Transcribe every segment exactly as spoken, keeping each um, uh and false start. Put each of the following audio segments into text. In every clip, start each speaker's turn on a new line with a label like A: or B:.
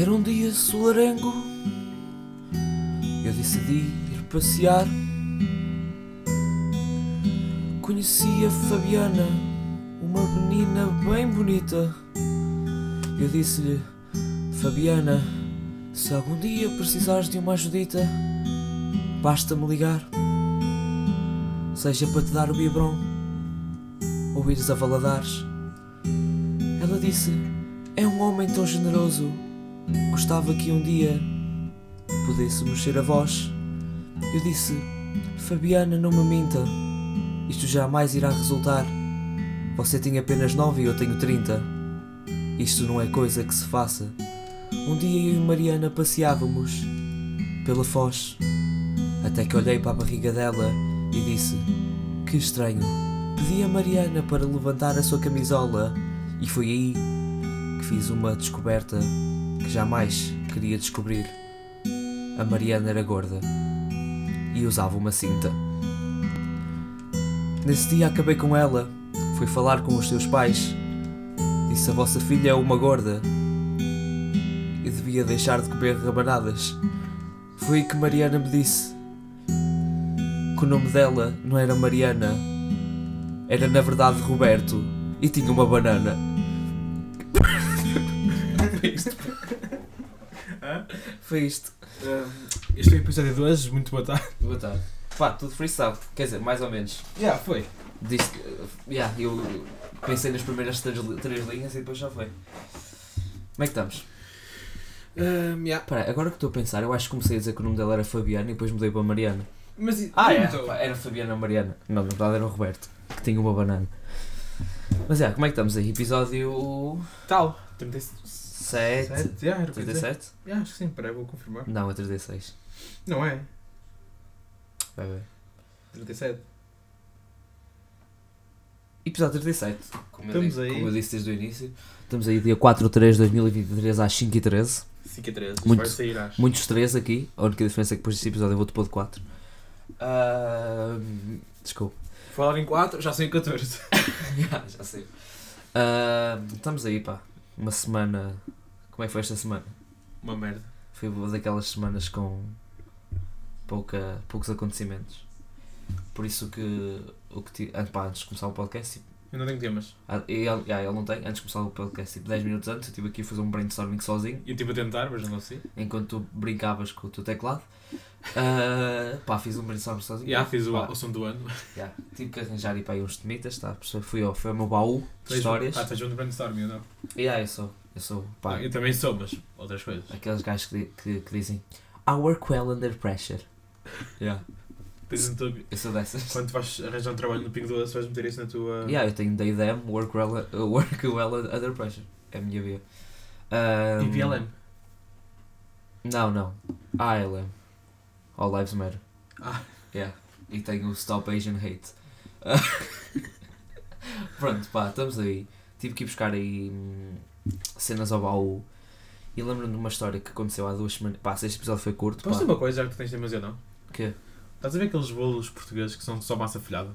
A: Era um dia solarengo, eu decidi ir passear. Conheci a Fabiana, uma menina bem bonita. Eu disse-lhe: Fabiana, se algum dia precisares de uma ajudita, basta-me ligar. Seja para te dar o biberon ou ires a Valadares. Ela disse: é um homem tão generoso, gostava que um dia pudesse mexer a voz. Eu disse: Fabiana, não me minta, isto jamais irá resultar. Você tem apenas nove e eu tenho trinta. Isto não é coisa que se faça. Um dia eu e Mariana passeávamos pela Foz, até que olhei para a barriga dela e disse: que estranho. Pedi a Mariana para levantar a sua camisola e foi aí que fiz uma descoberta que jamais queria descobrir. A Mariana era gorda e usava uma cinta. Nesse dia acabei com ela, fui falar com os seus pais. Disse: a vossa filha é uma gorda e devia deixar de comer rabanadas. Foi aí que Mariana me disse que o nome dela não era Mariana, era na verdade Roberto e tinha uma banana.
B: Foi isto.
A: Foi isto.
B: Um, este é o episódio de hoje, muito boa tarde.
A: Boa tarde. Pá, tudo freestyle, quer dizer, mais ou menos.
B: Já, yeah, foi.
A: Disse que, yeah, eu pensei nas primeiras três, três linhas e depois já foi. Como é que estamos?
B: Um, yeah.
A: Pera, agora que estou a pensar, eu acho que comecei a dizer que o nome dela era Fabiana e depois mudei para Mariana.
B: Mas,
A: ah, é?
B: então...
A: Pá, era Fabiana ou Mariana. Não, na verdade era o Roberto, que tinha uma banana. Mas é, yeah, como é que estamos aí? Episódio...
B: Tal. trinta e
A: sete.
B: sete? Yeah, era
A: trinta e sete?
B: Yeah, acho que sim, peraí, vou confirmar.
A: Não, é trinta e seis.
B: Não é?
A: Vai ver.
B: trinta e sete.
A: Episódio trinta e sete. Como eu,
B: Estamos
A: digo,
B: aí.
A: como eu disse desde o início. Estamos aí dia quatro de três de dois mil e vinte e três às cinco e treze.
B: cinco e treze.
A: Muito,
B: vai sair às...
A: Muitos três aqui. A única diferença é que depois deste episódio eu vou-te pôr de quatro. Uh, desculpa.
B: Falar em quatro, já sei catorze.
A: já, já sei. Uh, estamos aí, pá. Uma semana... Como é que foi esta semana?
B: Uma merda.
A: Foi uma daquelas semanas com pouca, poucos acontecimentos. Por isso que... O que ti, ah, pá, antes de começar o podcast... Tipo,
B: Eu não tenho temas.
A: ah, ele, ah, ele não tem. Antes de começar o podcast, tipo dez minutos antes, eu estive aqui a fazer um brainstorming sozinho.
B: Eu estive a tentar, mas não sei.
A: Enquanto tu brincavas com o teu teclado. Uh, pá, fiz um brainstorming sozinho.
B: Já, fiz o,
A: pá,
B: o som do ano.
A: yeah, tive que arranjar aí, pá, aí uns temitas, tá? Fui ao, foi ao meu baú de histórias.
B: Ah, estás junto do brainstorming, não?
A: E yeah, eu sou, eu sou, pá,
B: Ah, eu também sou, mas outras coisas.
A: aqueles gajos que, que, que dizem I work well under pressure. Yeah.
B: Tens no teu...
A: Eu sou dessas.
B: Quando vais arranjar um trabalho no Pingo Doce, vais meter isso na tua...
A: Yeah, eu tenho D D M, work well, uh, work well under pressure. É a minha via. Um,
B: E P L M?
A: Não, não. A L M. All Lives Matter.
B: Ah.
A: Yeah. E tenho o Stop Asian Hate. Pronto, pá, estamos aí. Tive que ir buscar aí hum, cenas ao baú. E lembro-me de uma história que aconteceu há duas semanas. Pá, se este episódio foi curto.
B: Posso
A: Pá.
B: dizer uma coisa, já que tu tens temas, eu não?
A: O quê?
B: Estás a ver aqueles bolos portugueses que são só massa folhada?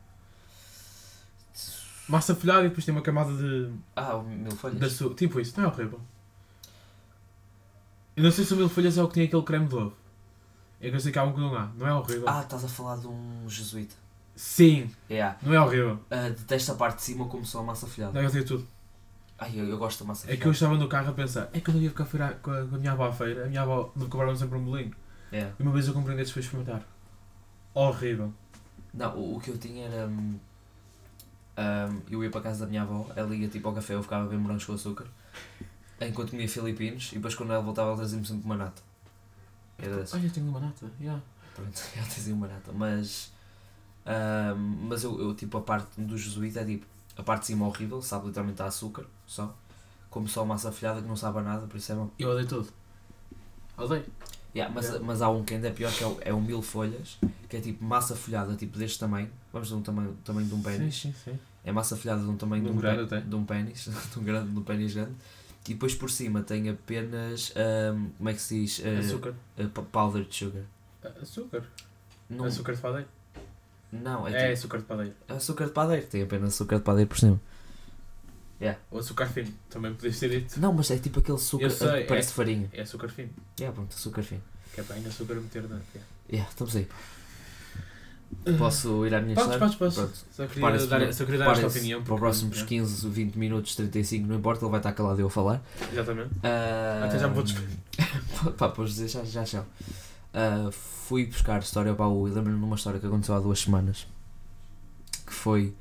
B: Massa folhada e depois tem uma camada de...
A: Ah, o mil folhas.
B: de açúcar. Tipo isso, não é horrível? Eu não sei se o mil folhas é o que tem aquele creme de ovo. É que eu sei que há um que não há. Não é horrível?
A: Ah, estás a falar de um jesuíta.
B: Sim!
A: Yeah.
B: Não é horrível.
A: Uh, detesto a parte de cima como só a massa folhada.
B: Não, eu tenho tudo.
A: Ai, eu, eu gosto da massa
B: É
A: folhada.
B: que eu estava no carro a pensar, é que eu não ia ficar a feira com a, com a minha avó à feira. A minha avó me cobrava sempre um bolinho.
A: Yeah.
B: E uma vez eu comprei desses para experimentar. Horrível.
A: Não, o, o que eu tinha era... Um, um, eu ia para a casa da minha avó, ela ia tipo ao café, eu ficava a ver morangos com açúcar, enquanto comia filipinos, e depois quando ela voltava ela trazia-me sempre uma nata. Era dessas.
B: Olha, eu tenho uma nata. Yeah.
A: Pronto, ela trazia uma nata, mas... Um, mas eu, eu, tipo, a parte do jesuíta é tipo, a parte de cima é horrível, sabe literalmente a açúcar, só. Como só massa folhada que não sabe a nada, por isso é bom.
B: Eu odeio tudo. Odeio.
A: Yeah, mas,
B: Yeah.
A: mas há um que ainda é pior, que é o, é o mil folhas, que é tipo massa folhada tipo deste tamanho, vamos dizer um tamanho, tamanho de um pênis.
B: Sim, sim, sim.
A: É massa folhada de um tamanho
B: De
A: de
B: um
A: um,
B: grande
A: pé,
B: até.
A: de um pênis, de um grande, de um pênis grande. E depois por cima tem apenas, um, como é que se diz? Uh,
B: Açúcar.
A: uh, powdered sugar.
B: Açúcar?
A: Não,
B: Açúcar de padeiro?
A: não é,
B: É,
A: tipo,
B: açúcar de padeiro.
A: açúcar de padeiro, tem apenas açúcar de padeiro por cima. Yeah.
B: Ou açúcar fino, também podias ter dito.
A: Não, mas é tipo aquele açúcar
B: Eu sei,
A: que parece
B: é-
A: farinha.
B: É açúcar fino.
A: Yeah, pronto, açúcar fino.
B: Que é para ainda açúcar a meter na. Yeah.
A: Yeah, estamos aí. Posso ir à minha
B: Podes,
A: história?
B: podes, podes.
A: Pronto.
B: Só queria
A: Preparem-se
B: dar,
A: para-
B: só queria dar esta
A: preparem-se
B: opinião.
A: Para os
B: porque-
A: próximos
B: yeah.
A: quinze, vinte minutos, trinta e cinco, não importa, ele vai estar calado e eu a falar.
B: Exatamente.
A: Ah,
B: Até já me vou despedir.
A: Pá, podes dizer, já, já, já. Ah, fui buscar história ao baú e lembro-me de uma história que aconteceu há duas semanas. Que foi...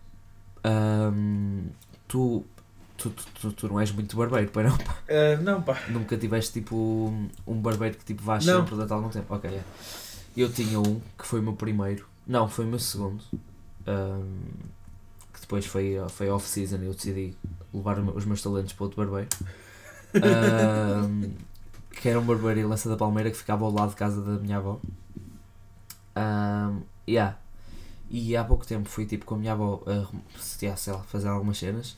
A: ahm, tu, tu, tu, tu, tu não és muito barbeiro, pai, não?
B: Uh, não, pá.
A: Nunca tiveste tipo um barbeiro que tipo vais
B: Não.
A: sempre durante algum tempo? Ok, é. Eu tinha um que foi o meu primeiro, não, foi o meu segundo, ahm, que depois foi, foi off-season e eu decidi levar os meus talentos para outro barbeiro, ahm, que era um barbeiro em Lança da Palmeira que ficava ao lado de casa da minha avó. Ahm, yeah. E há pouco tempo fui tipo com a minha avó a sei lá, fazer algumas cenas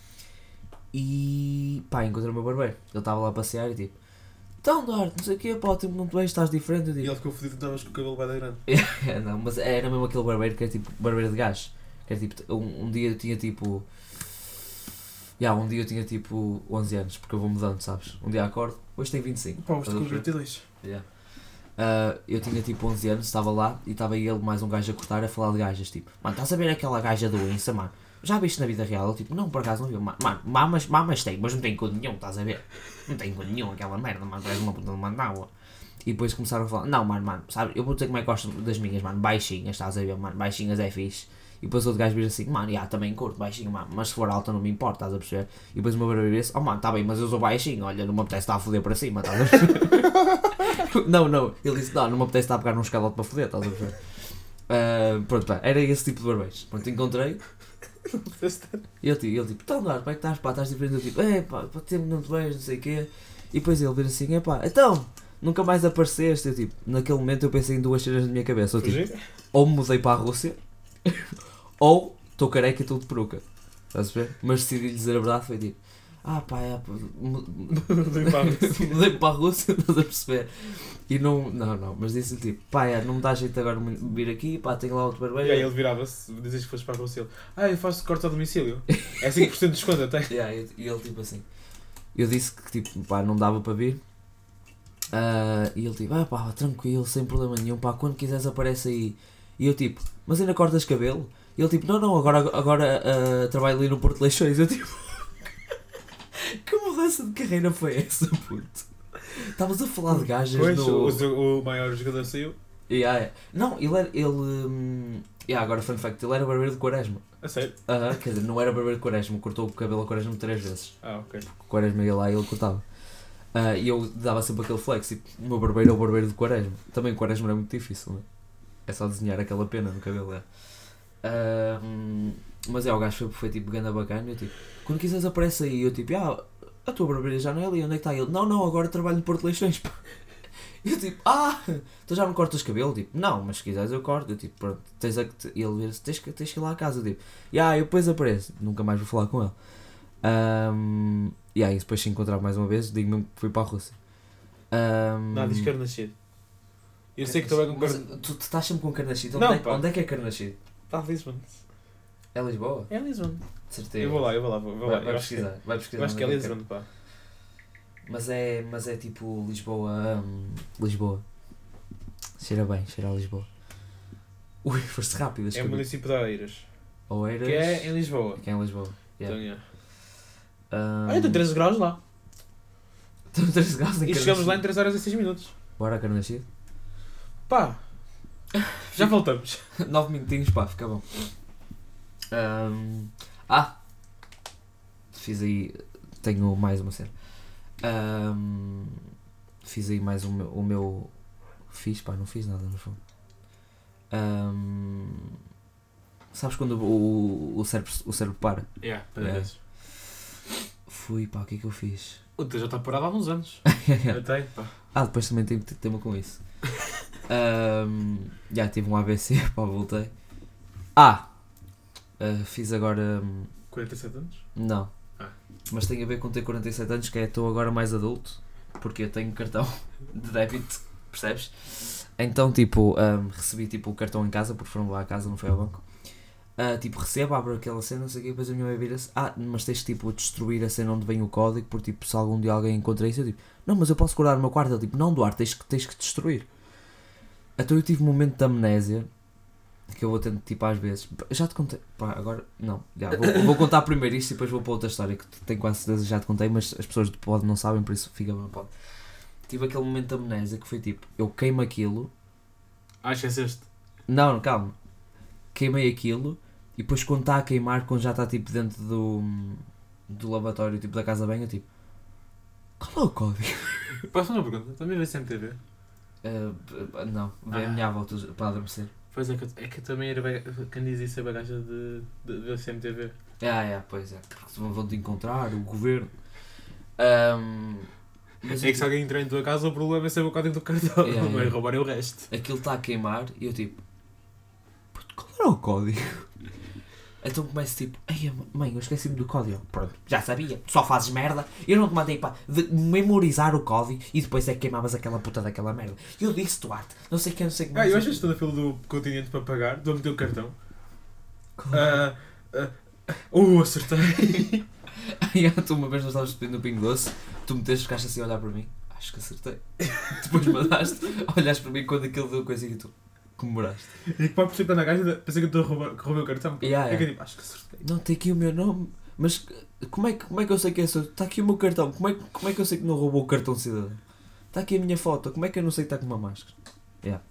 A: e pá, encontrei o meu barbeiro. Ele estava lá a passear e tipo, então Duarte, não sei o quê, pá, o tempo não te vejo, estás diferente. Eu
B: E
A: digo,
B: ele ficou fodido, estavas com o cabelo bem da grande.
A: não, mas era mesmo aquele barbeiro que é tipo barbeiro de gás. Que é tipo, um, um dia eu tinha tipo. Yeah, um dia eu tinha tipo onze anos, porque eu vou mudando, sabes? Um dia acordo, hoje tenho vinte e cinco.
B: Pá, hoje
A: Estás a
B: estou com
A: perceber?
B: vinte e dois.
A: Yeah. Ah, eu tinha tipo onze anos, estava lá e estava ele mais um gajo a cortar a falar de gajas. Tipo, mano, estás a ver aquela gaja do Insta, mano? Já viste na vida real? Eu tipo, não, por acaso não vi. Mano, mamas, mamas tem, mas não tem cu nenhum, estás a ver? Não tem cu nenhum, aquela merda, mano, parece uma puta de uma náua. E depois começaram a falar, não, mano, mano, sabe, eu vou dizer como é que gosto das minhas, mano, baixinhas, estás a ver, mano, baixinhas é fixe. E depois outro gajo vira assim, mano, já, também curto baixinho, mano, mas se for alta não me importa, estás a perceber? E depois o meu barbeiro vira assim, oh mano, tá bem, mas eu sou baixinho, olha, não me apetece estar a foder para cima, estás a perceber? Não, não, ele disse, não, não me apetece estar a pegar num escalote para foder, estás a perceber? Uh, pronto, pá, era esse tipo de barbeiros. Pronto, encontrei. E ele, ele tipo, então Duarte, como é que estás, pá, estás diferente? Eu tipo, é pá, pá, tempo não te vejo, não sei o quê. E depois ele vira assim, é pá, então, nunca mais apareceste. Eu tipo, naquele momento eu pensei em duas cenas na minha cabeça. Eu tipo, ou me mudei para a Rússia, ou estou careca e estou de peruca. Estás a ver? Mas decidi dizer a verdade, foi tipo, ah pá, é, pá
B: Mudei para a Rússia.
A: mudei para a Rússia, estás a perceber? E não, não, não, mas disse-lhe tipo, pá, é, não me dá jeito agora de vir aqui, pá, tenho lá outro barbeiro.
B: E aí ele virava-se, dizes que foste para a Rússia. Ele, ah, eu faço corte ao domicílio. É cinco por cento de desconto até.
A: Yeah, e e ele tipo assim, eu disse que tipo, pá, não dava para vir. Ah, e ele tipo, ah pá, tranquilo, sem problema nenhum, pá, quando quiseres aparece aí. E eu tipo, mas ainda cortas cabelo? E ele tipo, não, não, agora, agora ah, trabalho ali no Porto de Leixões. Eu tipo, que mudança de carreira foi essa, puto? Estavas a falar de gajas
B: Pois,
A: no...
B: o, o maior jogador saiu.
A: Yeah, yeah. Não, ele era, ele... Hum, yeah, agora fun fact, ele era barbeiro de Quaresma.
B: A sério?
A: Aham, quer dizer, não era barbeiro de Quaresma, cortou o cabelo a Quaresma três vezes.
B: Ah, ok.
A: O Quaresma ia lá e ele cortava. Ah, e eu dava sempre aquele flex, tipo, o meu barbeiro é o barbeiro de Quaresma. Também o Quaresma era muito difícil, não é? É só desenhar aquela pena no cabelo, é. Ah, hum, mas é, o gajo foi, foi tipo ganda bacana, eu tipo, quando quiseres aparece aí, eu tipo, ah, a tua barbearia já não é ali, onde é que está ele? Não, não, agora trabalho no Porto de Leixões, pá. Eu tipo, ah, tu já me cortas cabelo? Tipo, não, mas se quiseres eu corto. Eu tipo, pronto, tens a, e ele vira-se, tens que, tens que ir lá à casa. Eu tipo, e ah, eu depois apareço, nunca mais vou falar com ele. Um, e aí, depois se encontrar mais uma vez, digo mesmo que fui para a Rússia. Um,
B: Não, diz Carnachide. Eu sei que tu vai com
A: mas,
B: Carnachide.
A: tu, tu estás sempre com Carnachide.
B: Não,
A: Onde, é,
B: pá.
A: onde é que é Carnachide?
B: Está Lisbon.
A: É Lisboa?
B: É Lisbon.
A: De certeza.
B: Eu vou lá, eu vou lá. Vou, vou lá.
A: Vai, vai
B: Eu acho que-
A: pesquisar, vai pesquisar.
B: Eu acho que é
A: onde
B: Lisbon, pá.
A: Mas é, mas é tipo Lisboa, hum, Lisboa. Cheira bem, cheira a Lisboa. Ui, foste rápido.
B: É o
A: desculpa.
B: município de Oeiras.
A: Oeiras.
B: Que é em Lisboa.
A: Que é em Lisboa.
B: Então,
A: Yeah.
B: yeah.
A: Um,
B: Ah, eu tenho treze graus lá.
A: Temos três graus em
B: E chegamos lá em
A: Carnachide.
B: três horas e seis minutos.
A: Bora a Carnachide.
B: Pá. Já voltamos.
A: nove minutinhos, pá, fica bom. Um, ah! Fiz aí. Tenho mais uma cena. Um, fiz aí mais o meu, o meu. Fiz, pá, não fiz nada no fundo. Um, sabes quando o, o, o, cérebro, o cérebro para?
B: Yeah,
A: Yeah. Fui, pá, o que é que eu fiz?
B: O teu já está parado há uns anos. Eu tenho, pá.
A: Ah, depois também tenho tema com isso. um, já tive um A V C, pá, voltei. Ah! Uh, fiz agora. Um,
B: quarenta e sete anos?
A: não.
B: Ah.
A: Mas tem a ver com ter quarenta e sete anos, que é estou agora mais adulto. Porque eu tenho cartão de débito, percebes? Então, tipo, um, recebi tipo, o cartão em casa, porque foram lá à casa, não foi ao banco. Uh, tipo, recebo, abro aquela cena, não sei o quê, depois a minha mãe vira-se, ah, mas tens tipo destruir a cena onde vem o código, porque tipo, se algum dia alguém encontra isso, eu tipo, não, mas eu posso guardar no meu quarto. Ele tipo, não, Duarte, tens que, tens que destruir. Então eu tive um momento de amnésia, que eu vou tendo tipo às vezes, já te contei, pá, agora, não, já, vou, vou contar primeiro isto e depois vou para outra história, que tenho quase certeza que já te contei, mas as pessoas do pod não sabem, por isso fica no pod. Tive aquele momento de amnésia que foi tipo, eu queimo aquilo.
B: Ah, esqueceste?
A: Não, calma. Queimei aquilo e depois quando está a queimar, quando já está tipo dentro do, do lavatório, tipo da casa bem, eu tipo, qual é o código?
B: Posso fazer uma pergunta? Também vê C M T V?
A: Uh, não, vem
B: Ah.
A: a minha avó para adormecer.
B: Pois é que, eu- é que eu também era bega- quem diz isso é bagaja de, de, de C M T V.
A: Ah, é, pois é, porque vão te encontrar, o governo. Um, mas
B: É que se alguém entrar em tua casa, o problema é saber o código do cartão,
A: Yeah,
B: não é
A: yeah.
B: roubarem o resto.
A: aquilo está a queimar e eu tipo, puto, qual era o código? Então começo tipo, ei mãe, eu esqueci-me do código. Pronto, já sabia, só fazes merda. Eu não te mandei para memorizar o código e depois é que queimavas aquela puta daquela merda. Eu disse, Duarte, não sei o que, não sei o que
B: Ah,
A: mais.
B: eu acho que estou na fila do continente para pagar, estou a meter o cartão. Ah, ah, uh, acertei.
A: Aí tu uma vez nós estávamos pedindo no Pingo Doce, tu meteste, ficaste assim a olhar para mim, acho que acertei. Depois mandaste, olhaste para mim quando aquilo deu coisa e tu comemoraste.
B: E que para perceber na gaja, pensei que eu estou a roubar, que roubei o cartão.
A: Yeah,
B: É que
A: yeah.
B: eu digo, acho que acertei.
A: Não, tem aqui o meu nome, mas como é que, como é que eu sei que é seu? Está aqui o meu cartão, como é, que- como é que eu sei que não roubou o cartão de cidadão? Está aqui a minha foto, como é que eu não sei que está com uma máscara? Yeah.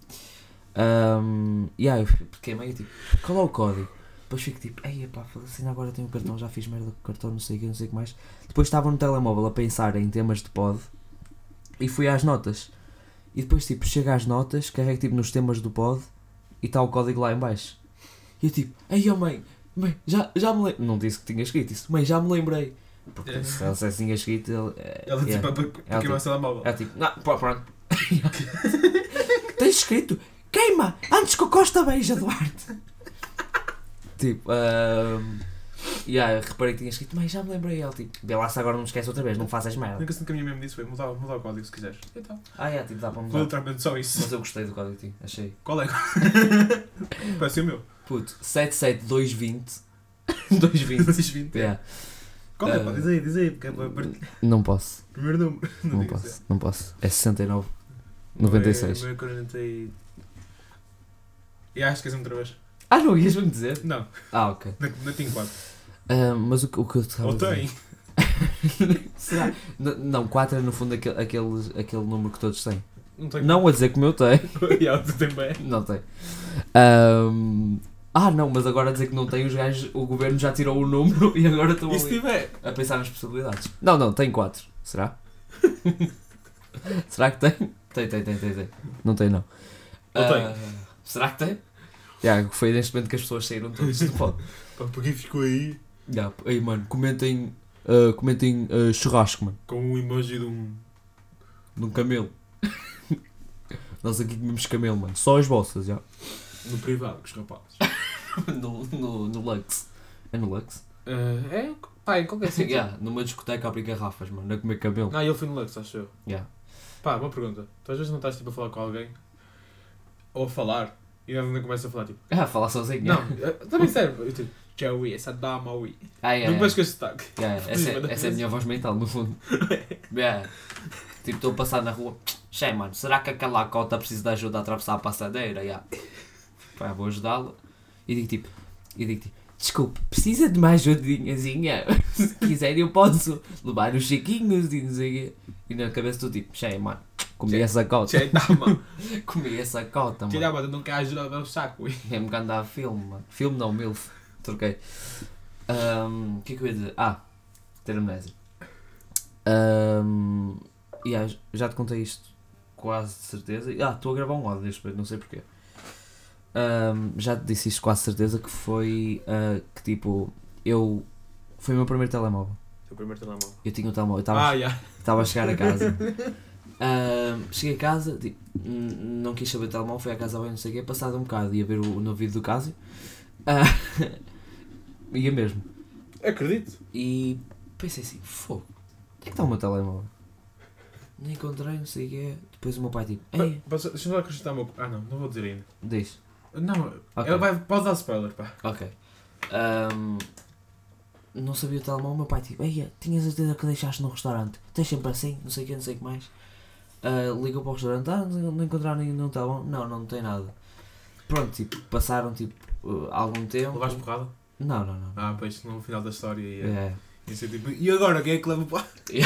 A: Um, yeah, eu fiquei meio tipo, qual é o código? Depois fico tipo, ei pá, assim agora tenho o cartão, já fiz merda com o cartão, não sei o que, não sei o que mais. Depois estava no telemóvel a pensar em temas de pod e fui às notas. E depois tipo, chego às notas, carrego tipo nos temas do pod e está o código lá em baixo. E eu tipo, ei oh mãe, mãe, já, já me lembrei. Não disse que tinha escrito isso, mãe, já me lembrei. Porque
B: É.
A: se ela se tinha escrito, ele,
B: Ela
A: yeah.
B: tipo, para
A: Ela,
B: queimar o
A: tipo,
B: telemóvel.
A: É tipo, não, pô, pronto. Tens escrito, queima, antes que o Costa beija, Duarte. Tipo, um, yeah, eu reparei que tinha escrito, mas já me lembrei. Ele tipo, vê lá se agora não me esquece outra vez, não faças
B: A
A: merda.
B: única cena que a minha mãe me disse foi mudar, mudar o código se quiseres. Então,
A: Ah, é, tipo, dá para
B: foi
A: mudar.
B: literalmente só isso.
A: Mas eu gostei do código, tipo, achei.
B: Qual é? Parece o meu.
A: Puto, sete sete dois vinte. dois vinte.
B: dois vinte.
A: Yeah.
B: Qual é?
A: Uh,
B: Pá? Diz aí, diz aí. Porque é para part-
A: Não posso,
B: primeiro número.
A: não
B: digas,
A: posso, não posso. É sessenta e nove.
B: é.
A: noventa e
B: O
A: seis.
B: meu é quarenta e... E acho que és outra vez.
A: Ah, não ias-me dizer?
B: Não,
A: Ah, ok.
B: não, não tenho quatro.
A: Ah, mas o, que- o que eu te estava
B: Ou
A: a dizer...
B: tem.
A: Será? N- Não, quatro é no fundo aquele, aquele, aquele número que todos têm.
B: Não tenho.
A: Não a dizer que o meu tem.
B: E a outra também.
A: Não tem. Ahm, ah, não, mas agora a dizer que não tem, os gajos, o governo já tirou o número e agora estão
B: E se
A: ali
B: tiver?
A: a pensar nas possibilidades. Não, não, tem quatro. Será? Será que tem? Tem, tem, tem, tem, tem. Não tem, não.
B: Ou tem?
A: Ah, será que tem? Já, foi neste momento que as pessoas saíram todos do pod.
B: Pá, porque ficou aí
A: Já, aí, mano, comentem, ah, comentem ah, churrasco, mano,
B: com um emoji de um...
A: de um camelo. Nós aqui comemos camelo, mano. Só as vossas, já.
B: no privado com os rapazes.
A: no, no, no Lux. É no Lux?
B: Uh, é, pá, em qualquer sítio.
A: Yeah, numa discoteca a abrir garrafas, mano, a comer camelo.
B: Ah, ele foi no Lux, acho eu.
A: Yeah.
B: Pá, uma pergunta. Tu às vezes não estás tipo a falar com alguém ou a falar e ela ainda começa a falar tipo...
A: Ah, falar sozinho.
B: Não, eh, também serve. Eu tipo, Joey, essa dama, ui.
A: Ah, yeah,
B: Não
A: yeah.
B: começas com esse sotaque.
A: Yeah, yeah. Essa, é, essa é a minha voz mental, no fundo. Yeah. Tipo, estou a passar na rua. Che, mano, será que aquela cota precisa de ajuda a atravessar a passadeira? Yeah. Pá, vou ajudá-la. E digo tipo, e digo tipo, desculpe, precisa de uma ajudinhazinha? Se quiser eu posso levar os chiquinhos e não sei o quê. E na cabeça estou tipo, che, mano, comi
B: Che-
A: essa cota.
B: Che dama.
A: Comi essa cota,
B: Che
A: mano.
B: dama, tu não queres ajudar a dar o saco, ui.
A: É-me que andar a filme, mano. Filme não, milf. Troquei. Ahm, O que é que eu ia dizer? Ah, ter amnésia. Um, yeah, já te contei isto quase de certeza. Ah, estou a gravar um áudio neste momento, não sei porquê. Um, já te disse isto quase de certeza que foi uh, que tipo, eu... Foi o meu primeiro telemóvel.
B: Teu primeiro telemóvel.
A: Eu tinha um telemóvel, eu estava
B: Ah, já.
A: estava a chegar a casa. Um, cheguei a casa, tipo, n- não quis saber do telemóvel, fui à casa bem, não sei o quê, passado um bocado, ia ver o, o novo vídeo do Casio. Uh, ia mesmo.
B: Acredito.
A: E pensei assim, fogo, onde é que está o meu telemóvel? Não encontrei, não sei o quê. Depois o meu pai tipo, ei,
B: Pa- posso- Deixa-me só acrescentar uma coisa. Ah, não, não vou dizer ainda.
A: diz.
B: Não,
A: Ok.
B: ela vai, pode dar spoiler, pá.
A: Ok. Um, não sabia o telemóvel, o meu pai tipo, eia, tinhas a certeza que deixaste no restaurante? Tens sempre assim, não sei o que, não sei o que mais. Uh, ligou para o restaurante, ah, não encontraram ninguém no telemóvel? Não, não, não tem nada. Pronto, tipo, passaram tipo uh, algum tempo.
B: Levaste porrada?
A: Não, não, não.
B: Ah, pois, no final da história ia,
A: É.
B: ia ser tipo, e agora quem é que leva para...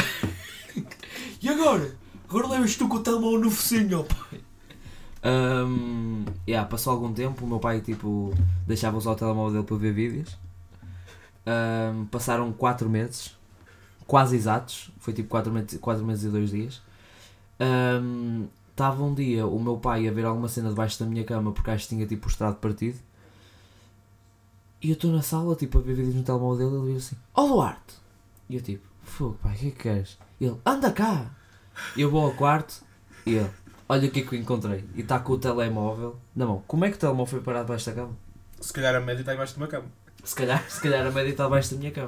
A: E agora? Agora levas tu com o telemóvel no focinho, pai. Um, yeah, passou algum tempo, o meu pai tipo deixava usar o telemóvel dele para ver vídeos. Um, passaram quatro meses, quase exatos, foi tipo quatro meses, quatro meses e dois dias. Estava um, um dia o meu pai a ver alguma cena debaixo da minha cama porque acho que tinha tipo o estrado partido. E eu estou na sala tipo a ver vídeos no telemóvel dele e ele diz assim, ó Duarte! E eu tipo, fogo pai, o que é que queres? E ele, anda cá! E eu vou ao quarto e ele, olha o que é que eu encontrei. E está com o telemóvel na mão. Como é que o telemóvel foi parar debaixo da cama?
B: Se calhar a média está embaixo de uma cama.
A: Se calhar, se calhar a média está debaixo da minha cama.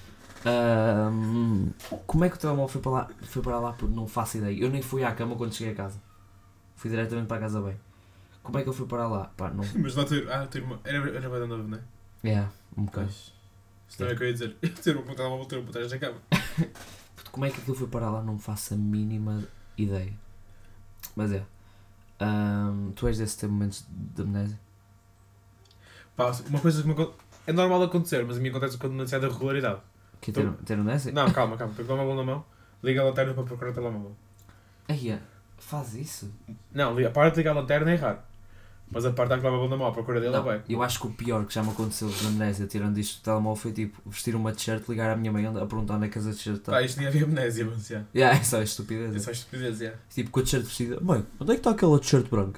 A: Um, como é que o telemóvel foi para lá? Foi para lá? Não faço ideia. Eu nem fui à cama quando cheguei a casa. Fui diretamente para a casa bem. Como é que eu fui para lá? Pá, não...
B: Mas lá ter, ah, ter uma, era, era bem novo, não é?
A: É, yeah, um bocado.
B: Pois. Isso também é que eu ia dizer. Eu ter um telemóvel, ter um por trás da cama.
A: Como é que aquilo foi para lá? Não faço a mínima ideia. Mas é. Um, tu és desse ter momentos de amnésia?
B: Pá, uma coisa que me acontece. É normal acontecer, mas a mim acontece quando não sai da regularidade.
A: Que ter, ter amnésia?
B: Não, calma, calma. Pega o telemóvel na mão, liga a lanterna para procurar o telemóvel.
A: Aí, faz isso?
B: Não, a parte de ligar a lanterna é errado. Mas a parte da telemóvel na mão, à procura dele,
A: Não,
B: é bem.
A: eu acho que o pior que já me aconteceu na amnésia, tirando isto do telemóvel, foi tipo vestir uma t-shirt, ligar à minha mãe a perguntar onde é que essa t-shirt está.
B: Pá, isto nem havia amnésia, mas já.
A: Yeah, é só estupidez.
B: É só estupidez, já.
A: Tipo, com a t-shirt vestida, mãe, onde é que está aquela t-shirt branca?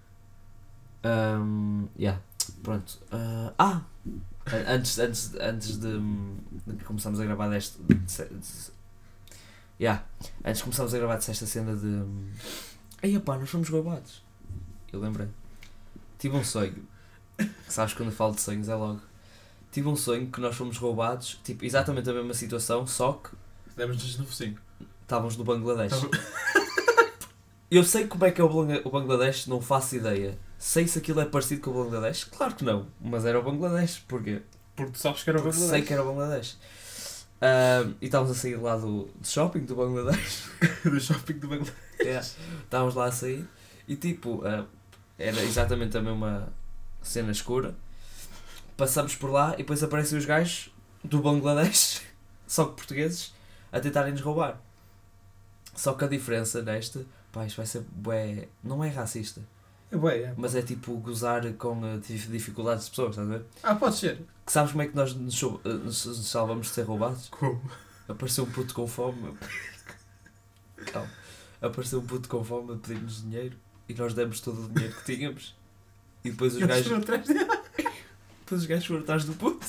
A: Um, yeah, pronto. Uh, ah! Antes, antes, antes de, de começarmos a gravar deste. De, de, de, yeah, antes de começarmos a gravar desta cena de. Ei, pá, nós fomos roubados. Eu lembrei. Tive um sonho. Sabes quando eu falo de sonhos é logo. Tive um sonho que nós fomos roubados, tipo, exatamente a mesma situação, só que
B: Demos-nos no focinho.
A: estávamos no Bangladesh.
B: Tava...
A: Eu sei como é que é o Bangla- o Bangladesh, não faço ideia. Sei se aquilo é parecido com o Bangladesh? Claro que não, mas era o Bangladesh, porquê?
B: Porque tu sabes que era o
A: Porque
B: Bangladesh.
A: sei que era o Bangladesh. Um, e estávamos a sair lá do, do shopping do Bangladesh.
B: do shopping do Bangladesh.
A: Yeah. Estávamos lá a sair e tipo, uh, era exatamente a mesma cena escura. Passamos por lá e depois aparecem os gajos do Bangladesh, só que portugueses, a tentarem-nos roubar. Só que a diferença nesta, pá, isto vai ser bué, não é racista,
B: É bem, é.
A: mas é tipo gozar com a dificuldades das pessoas, estás a ver?
B: Ah, pode ser.
A: Que sabes como é que nós nos, sou- nos nos salvamos de ser roubados?
B: Como?
A: Apareceu um puto com fome. Calma. Apareceu um puto com fome a pedir-nos dinheiro e nós demos todo o dinheiro que tínhamos. E depois os
B: Eles
A: gajos.
B: foram atrás dele.
A: Depois os gajos foram atrás do puto.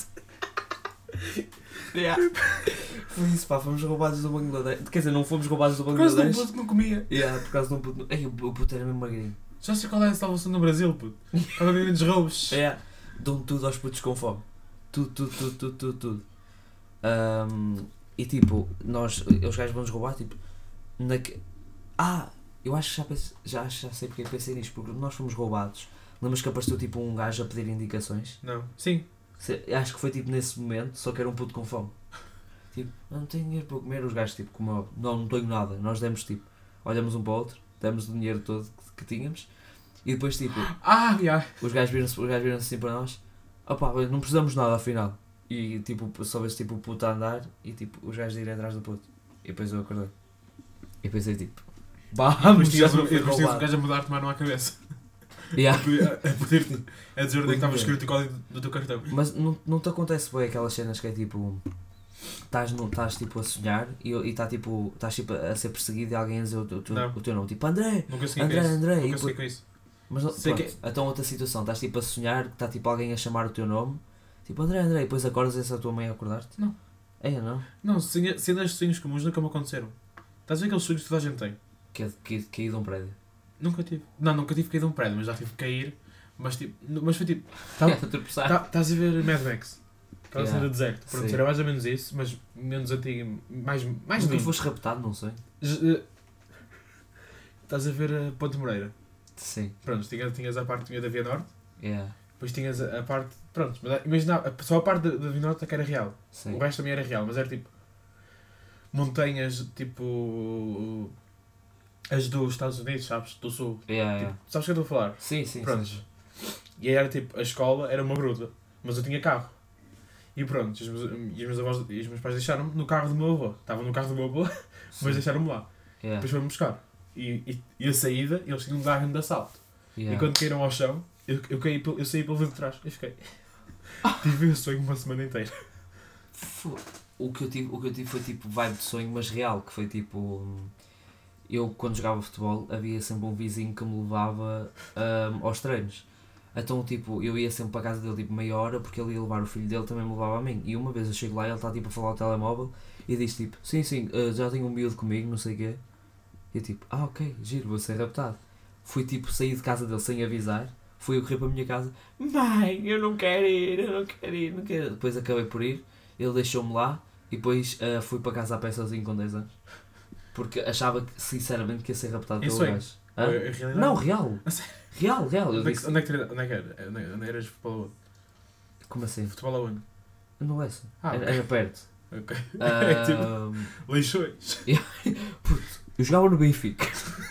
A: Yeah. Foi isso, pá, fomos roubados do Bangladesh. Quer dizer, não fomos roubados do
B: Por causa de um
A: Bangladesh.
B: puto que não comia.
A: Yeah, por causa de um puto. Ei, o o puto era mesmo magrinho.
B: Já sei qual é a salvação no Brasil, puto. Estava vivendo dos roubos.
A: É, dão tudo aos putos com fome. Tudo, tudo, tudo, tudo, tudo, tudo. Um, e tipo, nós, os gajos vão nos roubar, tipo, naque... Ah, eu acho que já, pense, já, já sei porque é que pensei nisto, porque nós fomos roubados. Lembras que apareceu tipo um gajo a pedir indicações?
B: Não. Sim.
A: Se- Acho que foi tipo nesse momento, só que era um puto com fome. Tipo, "Eu não tenho dinheiro para comer", os gajos tipo, como eu, não, não tenho nada. Nós demos tipo, olhamos um para o outro, demos o dinheiro todo que, que tínhamos e depois tipo,
B: Ah, já.
A: os gajos viram-se os gajos viram-se assim para nós, opá, não precisamos de nada afinal. E tipo, só vês tipo o puto a andar e tipo, os gajos irem atrás do puto. E depois eu acordei. E pensei tipo, vamos,
B: Depois
A: já
B: tinhas
A: não
B: um
A: fui
B: depois tinhas um
A: roubado.
B: gajo a mudar-te mano à cabeça.
A: Yeah.
B: A, a pedir-te. A dizer onde é que estava escrito o código do teu cartão.
A: Mas não, não te acontece bem aquelas cenas que é tipo, estás no- estás tipo a sonhar e está tipo, estás tipo a ser perseguido e alguém a dizer o teu, o teu,
B: Não.
A: o teu nome, tipo André,
B: Não consegui
A: André,
B: com isso.
A: André,
B: Não
A: e
B: consegui
A: depois-
B: com isso.
A: mas não,
B: Sei
A: pronto, então outra situação, estás tipo a sonhar, está tipo alguém a chamar o teu nome, tipo André, André, e depois acordas e essa tua mãe a acordar-te?
B: Não.
A: É, não?
B: Não, cena- cenas de sonhos comuns nunca me aconteceram. Estás a ver aqueles sonhos que toda a gente tem?
A: Que é que, caí de um prédio.
B: Nunca tive. Não, nunca tive caído de um prédio, mas já tive que cair. Mas, tipo, mas foi tipo.
A: Tá,
B: Tá,
A: a tropeçar.
B: tá, estás a ver Mad Max? Estás a
A: Yeah.
B: ser do deserto. Pronto,
A: Sim.
B: era mais ou menos isso, mas menos antigo. Mais, mais
A: Nunca
B: lindo.
A: foste raptado, não sei.
B: J- eh, Estás a ver a Ponte Moreira?
A: Sim.
B: Pronto, tinhas, tinhas a parte tinha da Via Norte.
A: Yeah.
B: Depois tinhas a, a parte. Pronto, mas imagina, a- só a parte da, da Vinota que era real.
A: Sim.
B: O resto também era real, mas era tipo. Montanhas tipo. As dos Estados Unidos, sabes? Do Sul.
A: Yeah,
B: Tipo,
A: yeah.
B: sabes o que eu estou a falar?
A: Sim, sim,
B: Pronto.
A: sim.
B: E aí era tipo, a escola era uma gruta, mas eu tinha carro. E pronto, e os meus, e os meus, avós, e os meus pais deixaram-me no carro do meu avô. Estavam no carro do meu avô,
A: Sim.
B: mas deixaram-me lá.
A: Yeah.
B: Depois foram-me buscar. E, e, e a saída, eles tinham um carro de assalto.
A: Yeah.
B: E quando caíram ao chão, eu, eu, caí, pelo- eu saí pelo vidro de trás. Eu fiquei. Tive o sonho uma semana inteira.
A: Fo- O que, eu tive, o que eu tive foi tipo vibe de sonho, mas real, que foi tipo. Eu quando jogava futebol havia sempre um vizinho que me levava ahm, aos treinos. Então tipo, eu ia sempre para a casa dele tipo meia hora porque ele ia levar o filho dele, também me levava a mim. E uma vez eu chego lá e ele está tipo a falar ao telemóvel e diz tipo, sim sim, ah, já tenho um miúdo comigo, não sei o quê. E eu tipo, ah ok, giro, vou ser raptado. Fui tipo sair de casa dele sem avisar, fui a correr para a minha casa, mãe, eu não quero ir, eu não quero ir, não quero. Depois acabei por ir, ele deixou-me lá e depois ah, fui para casa a pé sozinho com dez anos. Porque achava que, sinceramente que ia ser raptado
B: Em
A: pelo
B: sonho?
A: gajo.
B: Ou
A: Hã?
B: é realidade?
A: Não, real.
B: A sério?
A: Real, real. Eu
B: Onde é,
A: disse,
B: que, onde, é que, onde é que era? Onde, é- onde eras futebol aonde?
A: como assim?
B: Futebol aonde?
A: Não é assim.
B: Ah,
A: era,
B: ok.
A: era perto.
B: Ok.
A: Ah,
B: tipo, lixões.
A: eu jogava no Benfica.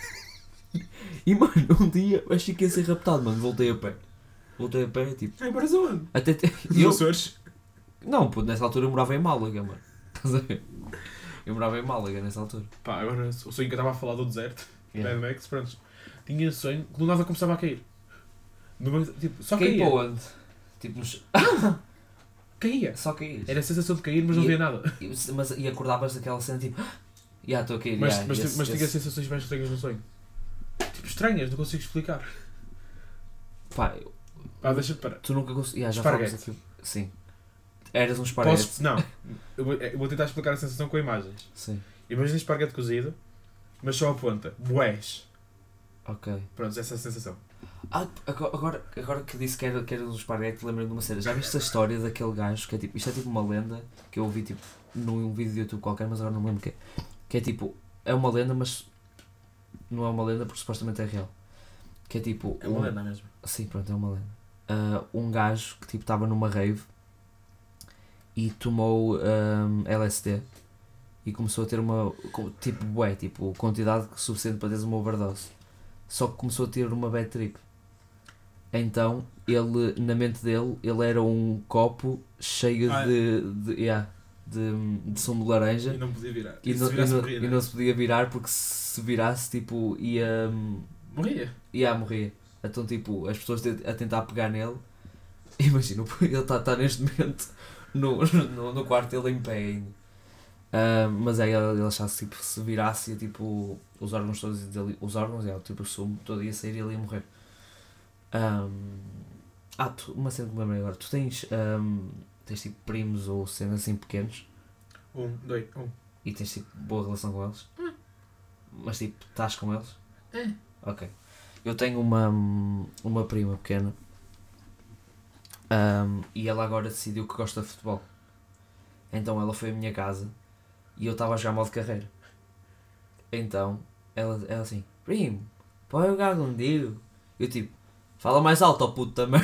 A: E mano, um dia achei que ia ser raptado, mano. Voltei a pé. Voltei a pé, tipo.
B: Ah, moras aonde?
A: Até te...
B: Nos
A: eu...
B: Açores?
A: Não, pô, nessa altura eu morava em Málaga, mano. Estás a ver? Eu morava em Málaga nessa altura.
B: Pá, agora o sonho que eu estava a falar do deserto,
A: Yeah.
B: Mad Max, pronto. Tinha sonho que do nada começava a cair. No meio- tipo, só
A: Caí
B: caía.
A: para onde? Tipo, nos...
B: Caía.
A: só caías.
B: Era a sensação de cair, mas não
A: E-
B: via nada.
A: E- Mas, e acordavas daquela cena tipo. Já estou a cair.
B: Mas,
A: yeah,
B: mas,
A: esse-
B: mas tinha
A: esse-
B: sensações bem estranhas no sonho. Tipo, estranhas, não consigo explicar.
A: Pá, eu-
B: Pá, deixa-me parar.
A: tu nunca conseguias. Yeah, já
B: Esparguete.
A: falámos aqui. Sim. Eras um esparguete.
B: Posso? Não. Eu vou, eu vou tentar explicar a sensação com imagens.
A: Sim.
B: Imagina esparguete cozido, mas só a ponta. Bués.
A: Ok.
B: Pronto, essa é a sensação.
A: Ah, agora, agora, agora que disse que era, que era um esparguete, lembrei-me de uma cena. Já viste a história daquele gajo que é tipo. Isto é tipo uma lenda que eu ouvi tipo num vídeo de YouTube qualquer, mas agora não me lembro o que é. Que é tipo. É uma lenda, mas. Não é uma lenda porque supostamente é real. Que é tipo.
B: É uma
A: um-
B: lenda mesmo.
A: Sim, pronto, é uma lenda. Ah, um gajo que tipo estava numa rave e tomou ahm, L S D e começou a ter uma co- tipo bué, tipo quantidade suficiente para teres uma overdose. Só que começou a ter uma bad trip. Então ele, na mente dele, ele era um copo cheio
B: Ah, é.
A: de, de, yeah, de, de sumo de laranja
B: E não podia virar.
A: e,
B: se
A: não, e,
B: virasse,
A: não,
B: morria,
A: e
B: né?
A: não se podia virar porque se virasse tipo ia. hum,
B: Morria.
A: ia a morrer. Então, tipo, as pessoas te- a tentar pegar nele. Imagina, ele está tá neste momento no, no, no quarto dele em pé ainda. Ah, mas aí ele, ele achasse que tipo, se virasse, ia, tipo, os órgãos todos dele, os órgãos, é, tipo, o sumo todo ia sair e ele ia morrer. Ah, ah tu, uma cena que me lembrei agora. Tu tens, ah, tens tipo primos ou cenas assim pequenos
B: Um, dois, um.
A: e tens tipo boa relação com eles? Mas tipo, estás com eles?
B: É.
A: Ok. Eu tenho uma, uma prima pequena ahm, e ela agora decidiu que gosta de futebol. Então ela foi à minha casa e eu estava a jogar modo carreira. Então ela, ela assim, primo, pode jogar contigo? Eu tipo, fala mais alto ao puto também.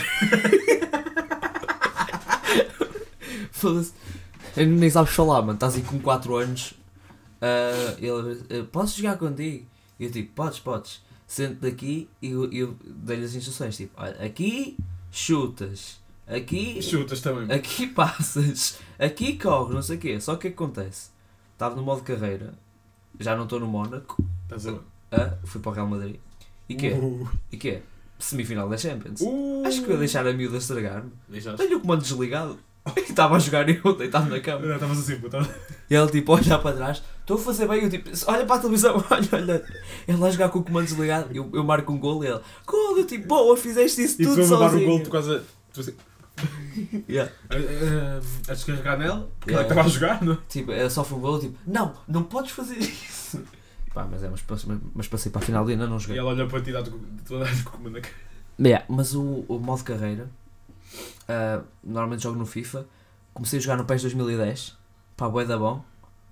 A: Foda-se. Eu nem sabes falar, mano, estás aí com quatro anos. Ah, ele, "Ah, posso jogar contigo? E eu tipo, podes, podes. Sento daqui e eu, eu dei-lhe as instruções, tipo, olha, aqui chutas, aqui,
B: Chutas também.
A: aqui passas, aqui corres, não sei o quê. Só que o que é que acontece? Estava no modo carreira, já não estou no Mónaco,
B: Estás a ver?
A: ah, fui para o Real Madrid. E quê?
B: Uh,
A: E quê? Semifinal da Champions.
B: uh.
A: Acho que eu ia deixar a miúda estragar-me.
B: Deixaste.
A: Tenho o comando desligado. E estava a jogar e eu deitado na cama.
B: Não, Estavas assim, puta.
A: E ela tipo a olhar para trás, estou a fazer bem, eu tipo, olha para a televisão, olha, olha. Ela a jogar com o comando desligado, eu, eu marco um gol e ela, gol, eu tipo, boa, fizeste isso
B: E
A: tudo
B: tu a levar o
A: sozinho.
B: gol por causa. Tu assim,
A: Yeah.
B: a, a, a descarregar nela, porque ela
A: Yeah.
B: estava a jogar, não é?
A: Tipo, ela sofre um gol, tipo, não, não podes fazer isso. Pá, mas é, mas, passei- mas passei para a final e ainda não
B: E
A: joguei.
B: ela olhou para ti e dá-te toda a comando na cara.
A: Yeah, mas o, o modo carreira, ah, normalmente jogo no FIFA, comecei a jogar no PES dois mil e dez, pá, bué da bom.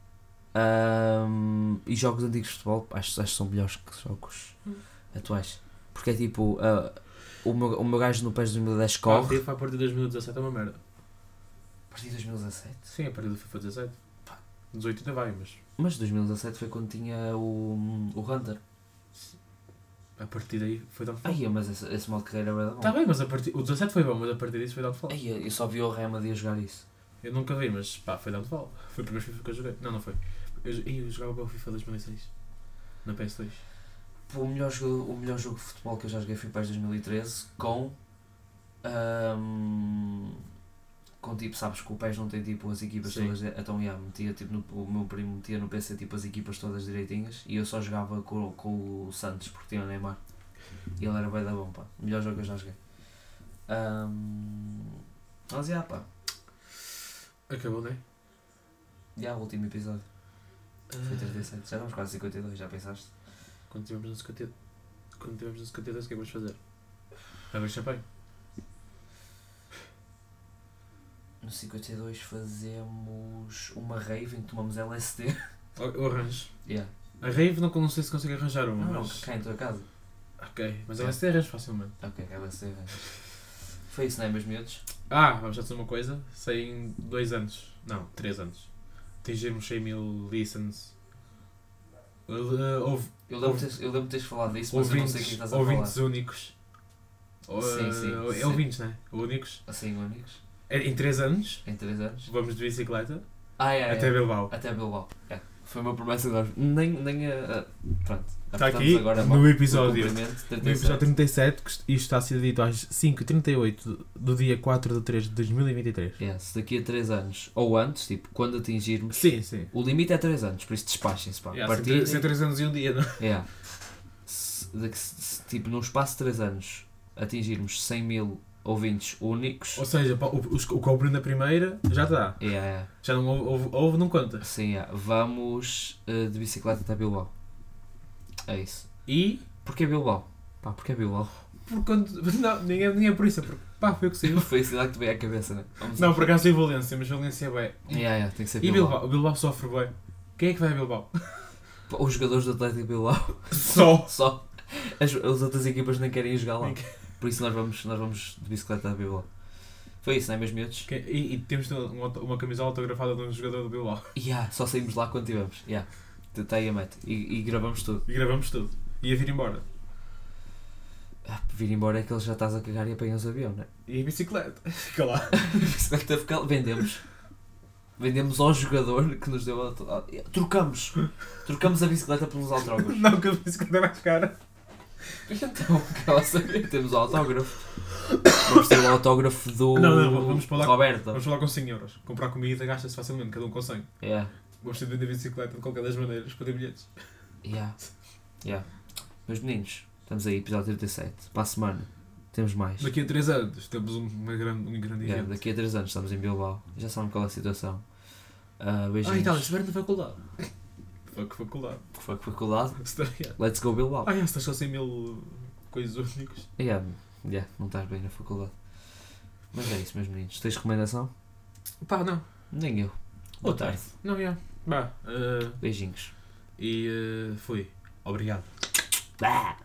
A: Ahm, e jogos antigos de futebol, acho, acho que são melhores que jogos atuais. Porque é tipo, ah, o meu, o meu gajo no PES dois mil e dez
B: Ah,
A: corre.
B: a FIFA a partir de dois mil e dezassete é uma merda.
A: A partir de dois mil e dezassete?
B: Sim, a partir do FIFA dezassete. dezoito ainda vai, mas
A: Mas dois mil e dezassete foi quando tinha o, o Hunter.
B: a partir daí foi downfall.
A: Ai, mas esse, esse modo de carreira era bom.
B: Tá bem, mas a partir... o dezassete foi bom, mas a partir disso foi downfall.
A: Ai, eu só vi o Remedy a jogar isso.
B: Eu nunca vi, mas pá, foi downfall. Foi o primeiro FIFA que eu joguei. Não, não foi. Eu, eu jogava pelo FIFA dois mil e seis. Na P S dois.
A: Pô, o, melhor jogo, o melhor jogo de futebol que eu já joguei foi PES dois mil e treze com... ahm, com tipo, sabes que o PES não tem tipo as equipas
B: Sim.
A: todas... Então, yeah, metia, tipo, no, o meu primo metia no P C tipo as equipas todas direitinhas e eu só jogava com, com o Santos porque tinha o Neymar. E ele era bem da bom, pá. O melhor jogo que eu já joguei. Ahm, mas, já, pá.
B: Acabou, não é?
A: Já, o último episódio. Foi trinta e sete. Já estamos quase cinquenta e dois, já pensaste?
B: Quando tivemos no cinquenta... Quando tivemos no cinquenta e dois, o que é que vamos fazer? Beber champanhe?
A: No cinquenta e dois fazemos uma rave em que tomamos L S D.
B: O arranjo.
A: Yeah.
B: A rave não, não sei se consigo arranjar uma,
A: Não, não,
B: mas...
A: cá em tua casa.
B: Ok, mas ela se arranja facilmente.
A: Ok, L S D arranjas. Foi isso, não é, meus miúdos?
B: Ah, vamos já dizer uma coisa. Sei em dois anos. Não, três anos. Atingirmos cem mil listens. Uh, houve
A: Eu lembro-me de teres- eu lembro de teres falado disso, mas eu não sei o que é que estás a
B: ouvintes
A: falar.
B: únicos. Uh,
A: Sim, sim,
B: é
A: sim.
B: ouvintes, não é? Únicos.
A: Assim, únicos.
B: É, Em três anos,
A: Em três anos.
B: vamos de bicicleta
A: Ah, é,
B: até
A: é.
B: Bilbao.
A: Até Bilbao. É. Foi uma promessa de nós. Nem, nem a... a- pronto.
B: Está
A: apertamos
B: aqui
A: agora a
B: no
A: mão.
B: episódio.
A: O cumprimento,
B: No
A: trinta e
B: episódio
A: sete.
B: trinta e sete, que isto está a ser dito às cinco e trinta e oito do dia quatro de três de dois mil e vinte e três.
A: É, se daqui a três anos, ou antes, tipo, quando atingirmos...
B: Sim, sim.
A: O limite é três anos, por isso despachem-se, pá.
B: Yeah,
A: Partilhem.
B: sem três anos e um dia, não é?
A: É. Se, daqui- se, tipo, num espaço de três anos atingirmos cem mil ouvintes únicos.
B: Ou seja, pá, o, o, o que houve na primeira já está.
A: É, é.
B: Já não houve, houve, houve não conta.
A: Sim, é. Vamos eh, de bicicleta até Bilbao. É isso.
B: E
A: Porquê Bilbao? Pá, porquê Bilbao?
B: por quando. Não, ninguém, ninguém é por isso, é porque pá, foi o que saiu.
A: Foi isso lá que te veio à cabeça, né? Vamos
B: Não,
A: lá.
B: por acaso é Valência, mas Valência é bué.
A: É, é, tem que ser
B: E
A: Bilbao.
B: Bilbao? O Bilbao sofre bué. Quem é que vai a Bilbao?
A: Pá, os jogadores do Atlético Bilbao.
B: Só.
A: Só. As, as outras equipas nem querem ir jogar lá.
B: Nem
A: Por isso nós vamos, nós vamos de bicicleta a Bilbao. Foi isso, não é, meus miúdos?
B: Que- E, e temos uma, uma camisola autografada de um jogador do Bilbao.
A: E yeah, só saímos lá quando tivemos. Yeah. Está aí a meta. E, e gravamos tudo.
B: E gravamos tudo. E a vir embora.
A: Ah, vir embora é que eles já estás a cagar e apanhas o avião, não é?
B: E a bicicleta. Fica lá.
A: Bicicleta fica... Vendemos. Vendemos ao jogador que nos deu a... a- Trocamos. Trocamos a bicicleta pelos autógrafos.
B: Não, que a bicicleta é mais cara.
A: Então, que ela saber, temos o autógrafo. Vamos ter o autógrafo do
B: Não, não, vamos falar-
A: Roberto.
B: Vamos falar com cem euros. Comprar comida gasta-se facilmente, cada um com cem.
A: Yeah.
B: Vamos ter de vender bicicleta de qualquer das maneiras para ter bilhetes.
A: Yeah. Yeah. Meus meninos, estamos aí, episódio trinta e sete. Para a semana, temos mais.
B: Daqui a três anos temos um- uma grande, um grande
A: Yeah,
B: evento.
A: daqui a três anos estamos em Bilbao. Já sabem qual é a situação. Uh,
B: Ah,
A: beijinhos.
B: e tal, estiver na faculdade. Foi que faculdade.
A: Foi que faculdade.
B: Se está- yeah.
A: Let's go Bilbao.
B: Ah, yeah, estás só cem mil coisas únicas.
A: Yeah, yeah, não estás bem na faculdade. Mas é isso, meus meninos. Tens recomendação?
B: Pá, não.
A: Nem eu. Boa tarde.
B: Não, já. Vá. eh,
A: Beijinhos.
B: e eh, fui. Obrigado.
A: Bah!